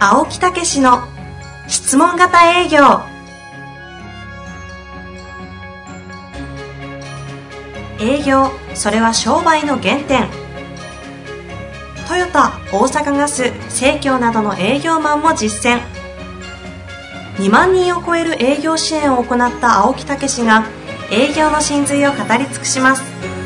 青木武の質問型営業。営業、それは商売の原点。トヨタ、大阪ガス、生協などの営業マンも実践。2万人を超える営業支援を行った青木武が営業の真髄を語り尽くします。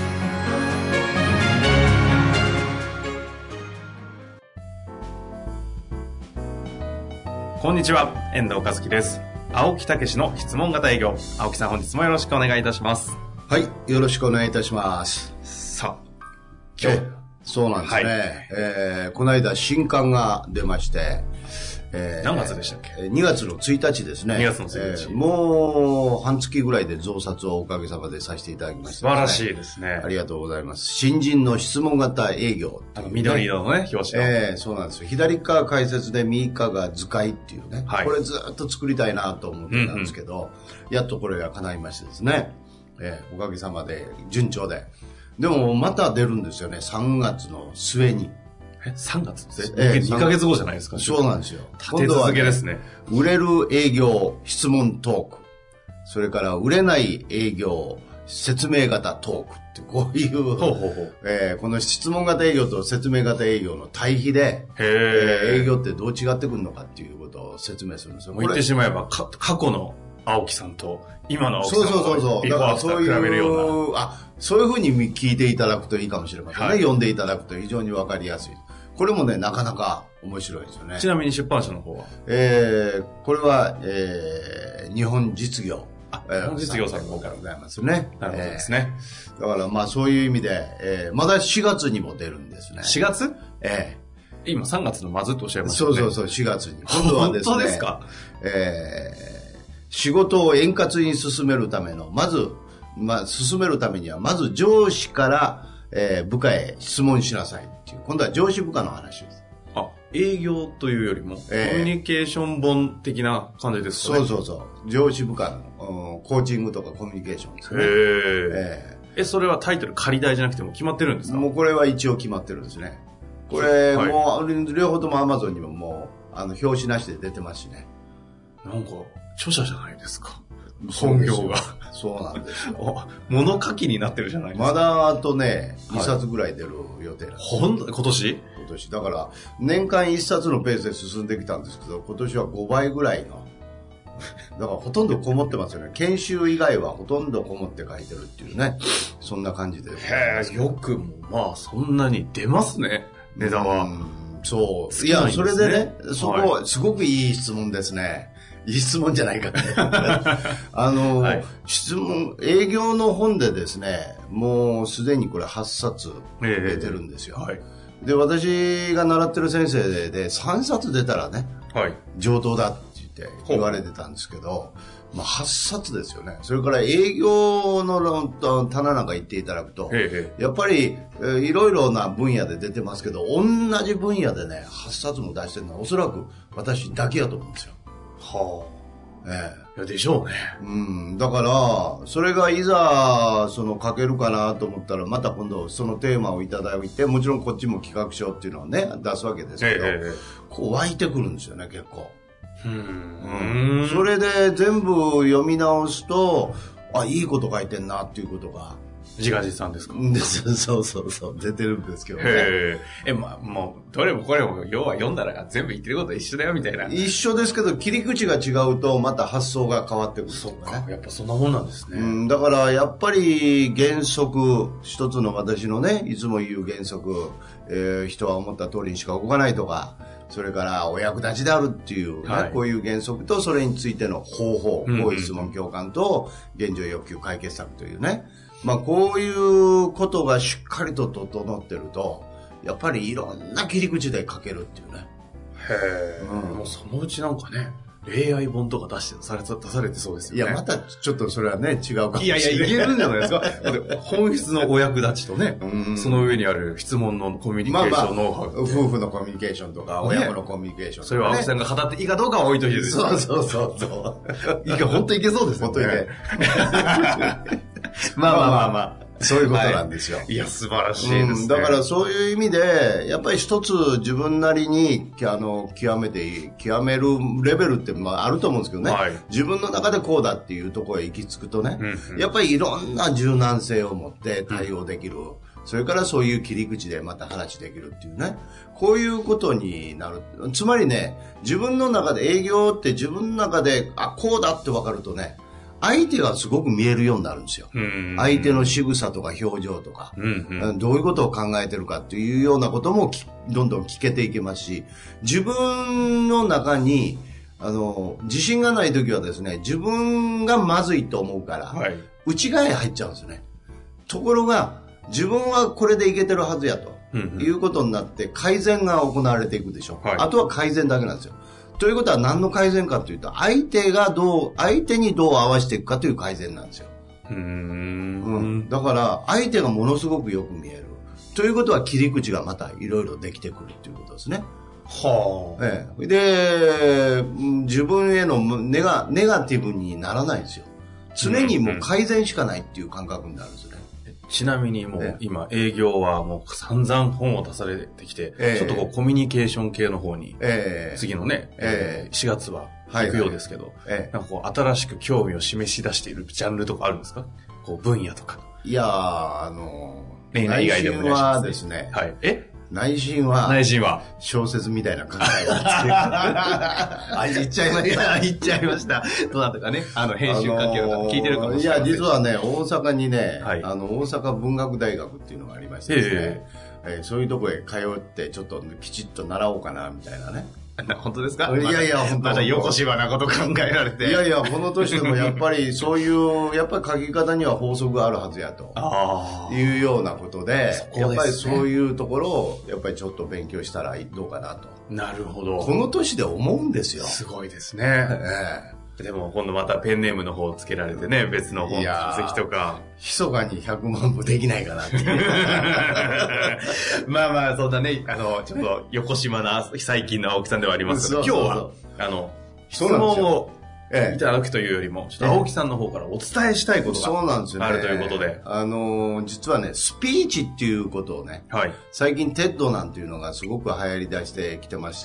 こんにちは、遠藤和樹です。青木武の質問型営業。青木さん、本日もよろしくお願いいたします。 はい、よろしくお願いいたします。 さあ、今日。 そうなんですね。この間新刊が出まして、 何月でしたっけ ？2月の1日ですね。 2月の1日。 もう半月ぐらいで増刷をおかげさまでさせていただきました、 素晴らしいですね。 ありがとうございます。新人の質問型営業、ね。 緑色のね、表紙の。 そうなんですよ。左側解説で右側が図解っていうね。はい、これずっと作りたいなと思ってたんですけど、やっとこれが叶いましてですね。おかげさまで順調で。でもまた出るんですよね。3月の末に。 3月2ヶ月後じゃないですか。 そうなんですよ。 立て続けですね。 売れる営業質問トーク。それから売れない営業説明型トークってこういう、この質問型営業と説明型営業の対比で、営業ってどう違ってくるのかっていうことを説明するんですよ。 言ってしまえば過去の青木さんと今の青木さんをビフォーアフター比べるような。 そういうふうに聞いていただくといいかもしれませんね。はい、読んでいただくと非常にわかりやすい。これもね、なかなか面白いですよね。 ちなみに出版社の方はこれは、日本実業。 日本実業さんの方からございますね。 なるほどですね。 だからまあそういう意味で、まだ4月にも出るんですね。 4月？今3月のまずっとおっしゃいましたね。 そう、4月に。今度はですね。 本当ですか？ 仕事を円滑に進めるための、進めるためには、まず上司から、部下へ質問しなさいっていう、今度は上司部下の話です。 営業というよりも、コミュニケーション本的な感じですかね。 そう。上司部下の、コーチングとかコミュニケーションですね。 それはタイトル仮題じゃなくても決まってるんですか？ もうこれは一応決まってるんですね。これ、もう、両方とも Amazon にももう、表紙なしで出てますしね。 なんか、著者じゃないですか。本業が。 そうなんですよ。 物書きになってるじゃないですか。 まだあとね、2冊ぐらい出る予定なんです。 今年だから、年間1冊のペースで進んできたんですけど、今年は5倍ぐらいの。だからほとんどこもってますよね。研修以外はほとんどこもって書いてるっていうね。そんな感じで。 よくもそんなに出ますね、ネタは。 そう。いや、それでね、そこ、すごくいい質問ですね。いい質問じゃないかね。質問、営業の本でですね、もうすでにこれ8冊出てるんですよ。で、私が習ってる先生で3冊出たらね、上等だって言われてたんですけど、8冊ですよね。それから営業の棚なんか行っていただくと、やっぱりいろいろな分野で出てますけど、同じ分野でね、8冊も出してるのはおそらく私だけやと思うんですよ。 いやでしょうね。 だから、それがいざ、書けるかなと思ったら、また今度そのテーマをいただいて、もちろんこっちも企画書っていうのをね、出すわけですけど、こう湧いてくるんですよね、結構。それで全部読み直すと、いいこと書いてんなっていうことが。 自画自賛ですか？ そう、出てるんですけどね。 もう、どれもこれも、要は読んだら全部言ってること一緒だよみたいな。 一緒ですけど、切り口が違うと、また発想が変わってくる、ね。 そっか、やっぱそんなもんなんですね。 だから、やっぱり原則、一つの私のね、いつも言う原則、人は思った通りにしか動かないとか、それからお役立ちであるっていう、こういう原則と、それについての方法、好意質問共感と、現状欲求解決策というね。こういうことがしっかりと整ってると、やっぱりいろんな切り口で書けるっていうね。 もうそのうちなんかね、恋愛本とか出されてそうですよね。 いや、またちょっっとそれはね、違うかもしれない。 いけるんじゃないですか。本質のお役立ちとね、その上にある質問のコミュニケーションノウハウ。 夫婦のコミュニケーションとか、親子のコミュニケーションとか、 それは青木さんが語っていいかどうかは置いといてですね。 そう。 本当いけそうですよね。 本当いけ。 まあ。 そういうことなんですよ。 いや、素晴らしいですね。 だからそういう意味で、やっぱり一つ自分なりに、極めるレベルって、あると思うんですけどね、はい、自分の中でこうだっていうところへ行き着くとね、やっぱりいろんな柔軟性を持って対応できる。それからそういう切り口でまた話できるっていうね。こういうことになる。つまりね、自分の中で営業って自分の中で、こうだって分かるとね、相手がすごく見えるようになるんですよ。相手の仕草とか表情とか、どういうことを考えてるかっていうようなこともどんどん聞けていけますし、自分の中に、自信がないときはですね、自分がまずいと思うから、はい、内側へ入っちゃうんですよね。ところが、自分はこれでいけてるはずやと、いうことになって改善が行われていくでしょう、はい、あとは改善だけなんですよ。ということは何の改善かというと、相手にどう合わせていくかという改善なんですよ。だから相手がものすごくよく見えるということは、切り口がまたいろいろできてくるということですね。はあ。で、自分へのネガティブにならないんですよ。常にもう改善しかないっていう感覚になるんですよね。 ちなみにもう今営業はもう散々本を出されてきて、ちょっとコミュニケーション系の方に、次のね、4月は行くようですけど、なんか新しく興味を示し出しているジャンルとかあるんですか？分野とか。 いや恋愛以外でも内心はですね、 はい。 内心は小説みたいな考えが言っちゃいました。言っちゃいました。どなたかね、編集関係の方聞いてるかもしれない。 いや、実はね、大阪にね、大阪文学大学っていうのがありましてですね、そういうとこへ通ってちょっときちっと習おうかなみたいなね。 本当ですか？ いやいや、本当。 まだ横芝なこと考えられて。 いやいや、この年でもやっぱりそういう、やっぱり書き方には法則があるはずやと。いうようなことで、やっぱりそういうところを、やっぱりちょっと勉強したらどうかなと。 なるほど。 この年で思うんですよ。 すごいですね。でも今度またペンネームの方をつけられてね、別の本の書籍とか。 密かに100万部できないかなっていう。 まあ、そんなね、ちょっと横島な最近の青木さんではありますけど、今日は、質問をいただくというよりも、ちょっと青木さんの方からお伝えしたいことがあるということで。 実はね、スピーチっていうことをね、はい、最近テッドなんていうのがすごく流行り出してきてまして、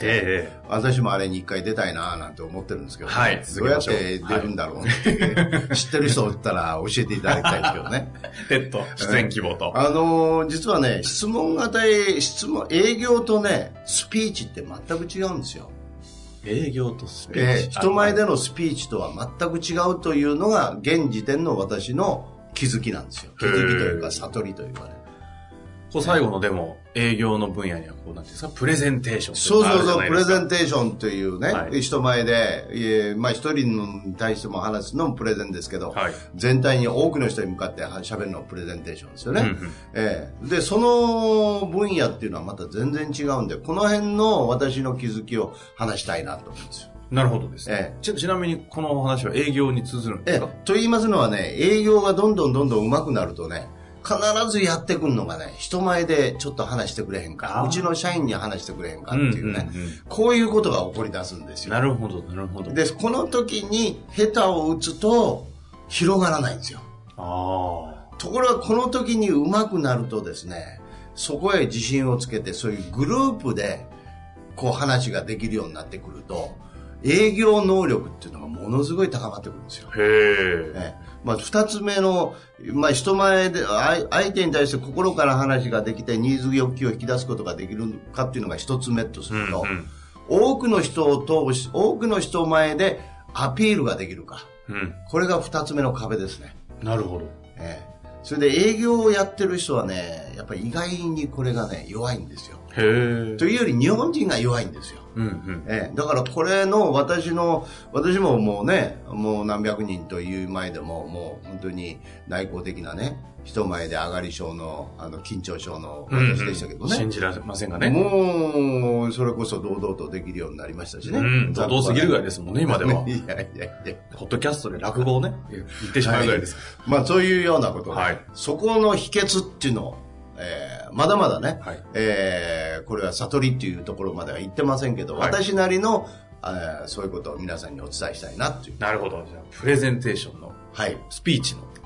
私もあれに一回出たいななんて思ってるんですけど、ね、はい、どうやって出るんだろうって、ね、知ってる人おったら教えていただきたいですけどね。 テッド、出演希望と。 実はね、営業とね、スピーチって全く違うんですよ。 営業とスピーチ、 人前でのスピーチとは全く違うというのが現時点の私の気づきなんですよ。気づきというか悟りというかね。 最後のでも営業の分野にはなんていうんですか、プレゼンテーション。 そう、プレゼンテーションというね、はい、人前で、一人に対しても話すのもプレゼンですけど、はい、全体に多くの人に向かって喋るのもプレゼンテーションですよね。で、その分野っていうのはまた全然違うんで、この辺の私の気づきを話したいなと思うんですよ。 なるほどですね。ちなみにこのお話は営業に通ずるんですか？ と言いますのはね、営業がどんどん上手くなるとね、必ずやってくるのがね、人前でちょっと話してくれへんか、うちの社員に話してくれへんかっていうね、こういうことが起こり出すんですよ。 なるほど。 で、この時に下手を打つと広がらないんですよ。ところがこの時に上手くなるとですね、そこへ自信をつけて、そういうグループでこう話ができるようになってくると、営業能力っていうのがものすごい高まってくるんですよ。二つ目の、人前で相手に対して心から話ができてニーズ欲求を引き出すことができるかっていうのが一つ目とすると、多くの人前でアピールができるか、これが二つ目の壁ですね。 なるほど。 それで営業をやってる人はね、やっぱり意外にこれがね、弱いんですよ。というより日本人が弱いんですよ。だからこれの私ももうね、もう何百人という前でももう本当に内向的なね、人前で上がり症の緊張症の私でしたけどね、 信じられませんがね。 もうそれこそ堂々とできるようになりましたしね。 堂々すぎるぐらいですもんね、今では。 いやポッドキャストで落語をね、言ってしまうぐらいです。 そういうようなことで、そこの秘訣っていうのをまだまだね、これは悟りっていうところまでは言ってませんけど、私なりのそういうことを皆さんにお伝えしたいなっていう。 なるほど。じゃあプレゼンテーションの、スピーチの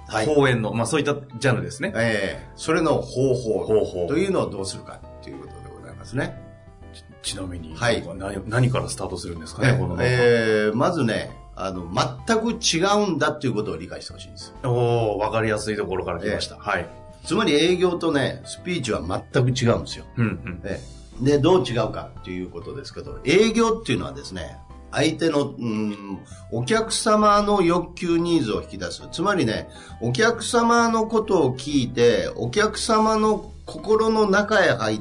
講演の、そういったジャンルですね。 それの方法というのをどうするかということでございますね。 ちなみに、何からスタートするんですかね、このまずね、全く違うんだっていうことを理解してほしいんですよ。わかりやすいところから来ました。はい。 つまり営業とね、スピーチは全く違うんですよ。で、どう違うかっていうことですけど、営業っていうのはですね、相手の、お客様の欲求ニーズを引き出す。つまりね、お客様のことを聞いて、お客様の心の中へ入って、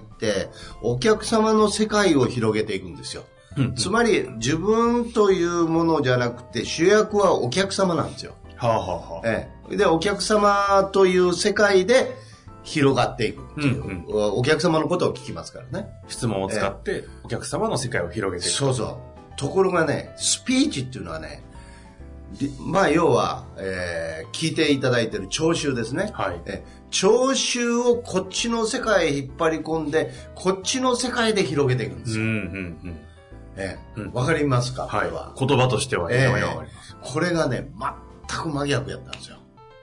お客様の世界を広げていくんですよ。つまり、自分というものじゃなくて、主役はお客様なんですよ。で、お客様という世界で広がっていくっていう、お客様のことを聞きますからね。 質問を使って、お客様の世界を広げていく。 そうそう。ところがね、スピーチっていうのはね、要は、聞いていただいている聴衆ですね。聴衆をこっちの世界へ引っ張り込んで、こっちの世界で広げていくんですよ。わかりますか、これは。 言葉としては、 これがね、全く真逆やったんですよ。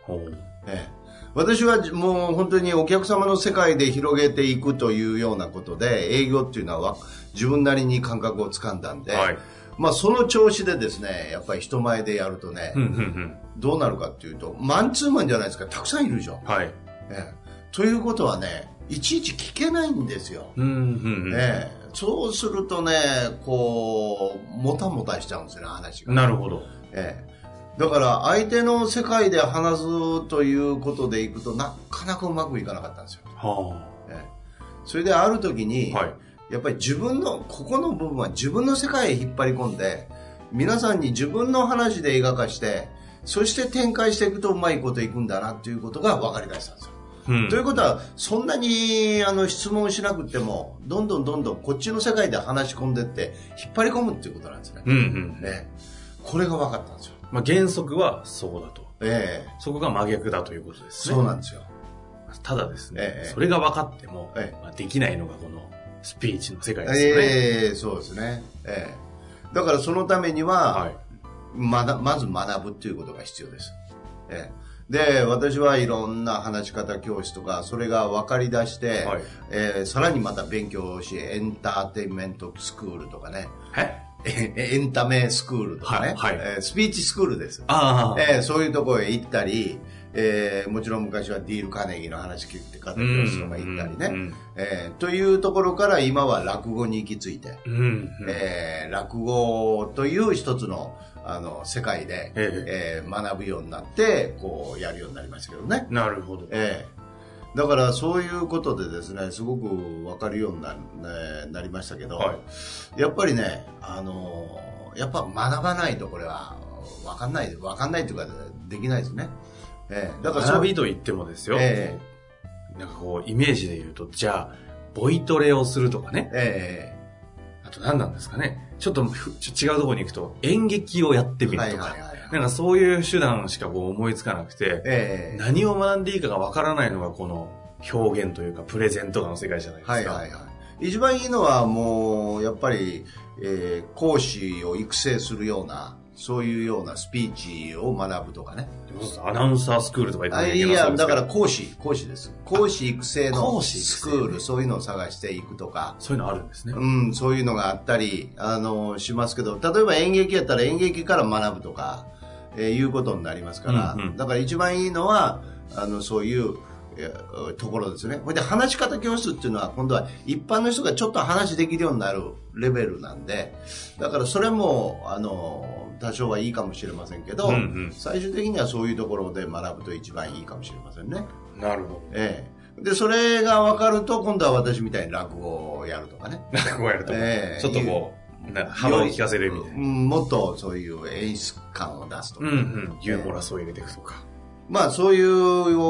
私はもう本当にお客様の世界で広げていくというようなことで、営業っていうのは自分なりに感覚をつかんだんで、その調子でですね、やっぱり人前でやるとね、どうなるかっていうと、マンツーマンじゃないですか、たくさんいるでしょ。ということはね、いちいち聞けないんですよ。そうするとね、こう、もたもたしちゃうんですよね、話が。 なるほど。 だから相手の世界で話すということでいくとなかなかうまくいかなかったんですよ。それである時に、やっぱり自分のここの部分は自分の世界へ引っ張り込んで、皆さんに自分の話で描かして、そして展開していくとうまいこといくんだなということが分かりだしたんですよ。ということはそんなに質問しなくてもどんどんこっちの世界で話し込んでって引っ張り込むっていうことなんですね。これが分かったんですよ。 原則はそうだと。そこが真逆だということですね。 そうなんですよ。 ただですね、それが分かっても、できないのがこのスピーチの世界ですよね。 そうですね。だからそのためには、まず学ぶっていうことが必要です。で、私はいろんな話し方教室とか、それが分かり出して、さらにまた勉強し、エンターテインメントスクールとかね。エンタメスクールとかね。スピーチスクールです。そういうところへ行ったり、もちろん昔はディール・カーネギーの話聞いて方教室とか行ったりね。というところから今は落語に行き着いて、落語という一つの世界で、学ぶようになってこうやるようになりましたけどね。 なるほど。 だからそういうことでですね、すごく分かるようになりましたけど、やっぱりね、やっぱ学ばないとこれは分かんないというかできないですね。 だから学びと言ってもですよ、なんかこうイメージで言うと、じゃあボイトレをするとかね、あと何なんですかね、ちょっと違うところに行くと演劇をやってみるとか、なんかそういう手段しかこう思いつかなくて、何を学んでいいかがわからないのがこの表現というかプレゼンとかの世界じゃないですか。 一番いいのはもうやっぱり、講師を育成するような、そういうようなスピーチを学ぶとかね。 アナウンサースクールとか言っていや、だから講師です。講師育成のスクール、そういうのを探していくとか。 そういうのあるんですね。 そういうのがあったり、しますけど、例えば演劇やったら演劇から学ぶとか、いうことになりますから、だから一番いいのは、そういう、ところですね。これで話し方教室っていうのは今度は一般の人がちょっと話できるようになるレベルなんで、だからそれも多少はいいかもしれませんけど、最終的にはそういうところで学ぶと一番いいかもしれませんね。 なるほど。でそれが分かると今度は私みたいに落語をやるとかね。 落語をやるとか、ちょっとこう幅を利かせるみたいな、 もっとそういう演出感を出すとか、 ユーモラスを入れていくとか。 そういう、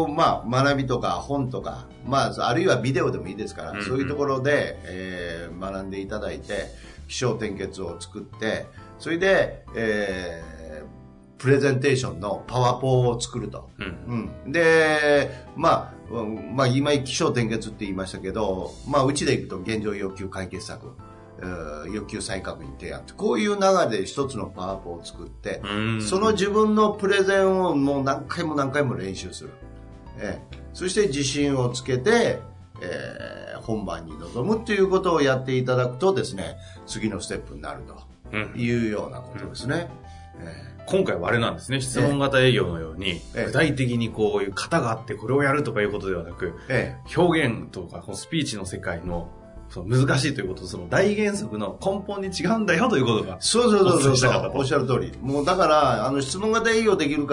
学びとか本とか、あるいはビデオでもいいですから、そういうところで、学んでいただいて、起承転結を作って、それで、プレゼンテーションのパワポを作ると。で、今、起承転結って言いましたけど、うちでいくと現状要求解決策。 欲求再確認提案って、こういう流れで一つのパワポを作って、その自分のプレゼンをもう何回も何回も練習する。そして自信をつけて、本番に臨むっていうことをやっていただくとですね、次のステップになるというようなことですね。 今回はあれなんですね、質問型営業のように、具体的にこういう型があってこれをやるとかいうことではなく、表現とかこのスピーチの世界のその難しいということ、その大原則の根本に違うんだよということが。 そう、おっしゃる通り。もうだから、質問型営業できるから、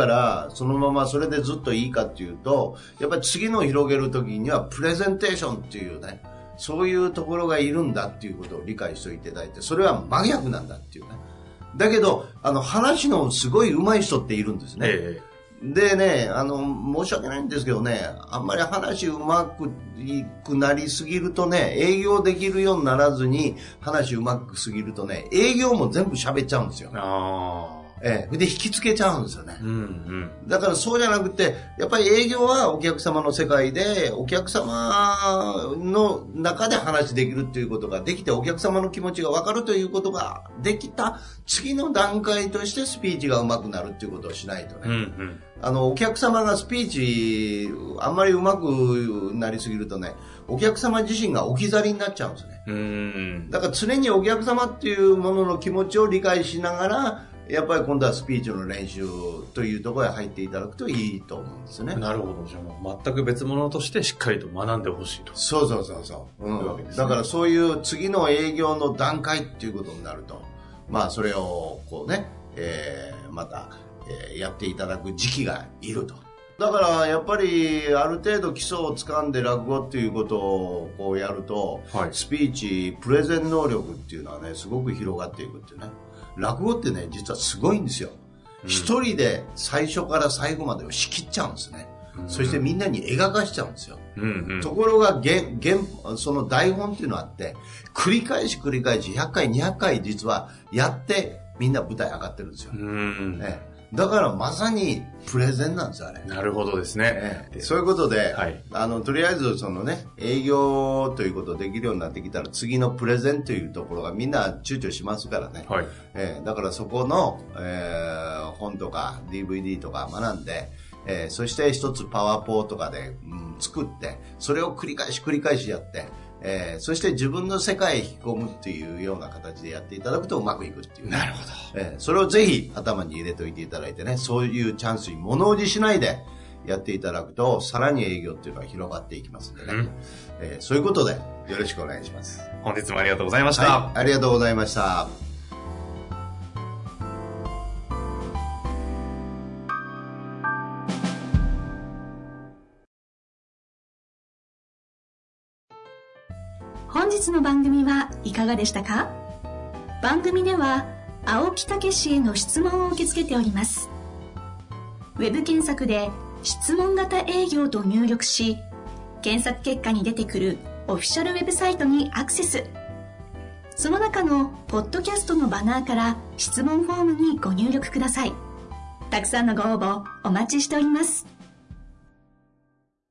そのままそれでずっといいかっていうと、やっぱり次の広げるときには、プレゼンテーションっていうね、そういうところがいるんだっていうことを理解しておいていただいて、それは真逆なんだっていうね。だけど、話のすごい上手い人っているんですね。でね、申し訳ないんですけどね、あんまり話うまくなりすぎるとね、営業できるようにならずに、話うまくすぎるとね、営業も全部喋っちゃうんですよ。で、引きつけちゃうんですよね。だからそうじゃなくて、やっぱり営業はお客様の世界で、お客様の中で話できるっていうことができて、お客様の気持ちが分かるということができた次の段階としてスピーチが上手くなるっていうことをしないとね。お客様がスピーチあんまり上手くなりすぎるとね、お客様自身が置き去りになっちゃうんですね。だから常にお客様っていうものの気持ちを理解しながら、やっぱり今度はスピーチの練習というところへ入っていただくといいと思うんですね。 なるほど。じゃあ全く別物としてしっかりと学んでほしいと。 そう。だからそういう次の営業の段階っていうことになると、それをこうね、また、やっていただく時期がいると。だからやっぱりある程度基礎をつかんで落語っていうことをこうやると、スピーチプレゼン能力っていうのはね、すごく広がっていくっていうね。落語ってね、実はすごいんですよ。一人で最初から最後までを仕切っちゃうんですね。そしてみんなに描かしちゃうんですよ。ところがその台本っていうのがあって、繰り返し100回200回実はやってみんな舞台上がってるんですよ。だからまさにプレゼンなんですよ、あれ。 なるほどですね。 そういうことで、とりあえずそのね、営業ということできるようになってきたら、次のプレゼンというところがみんな躊躇しますからね。だからそこの、本とか DVD とか学んで、そして一つパワーポとかで、作って、それを繰り返しやって、そして自分の世界へ引き込むっていうような形でやっていただくとうまくいくっていう、 なるほど、それをぜひ頭に入れておいていただいてね、そういうチャンスに物おじしないでやっていただくと、さらに営業っていうのは広がっていきますんでね、そういうことでよろしくお願いします。 本日もありがとうございました。 ありがとうございました。 本日の番組はいかがでしたか？番組では青木武氏への質問を受け付けております。ウェブ検索で質問型営業と入力し、検索結果に出てくるオフィシャルウェブサイトにアクセス。その中のポッドキャストのバナーから質問フォームにご入力ください。たくさんのご応募お待ちしております。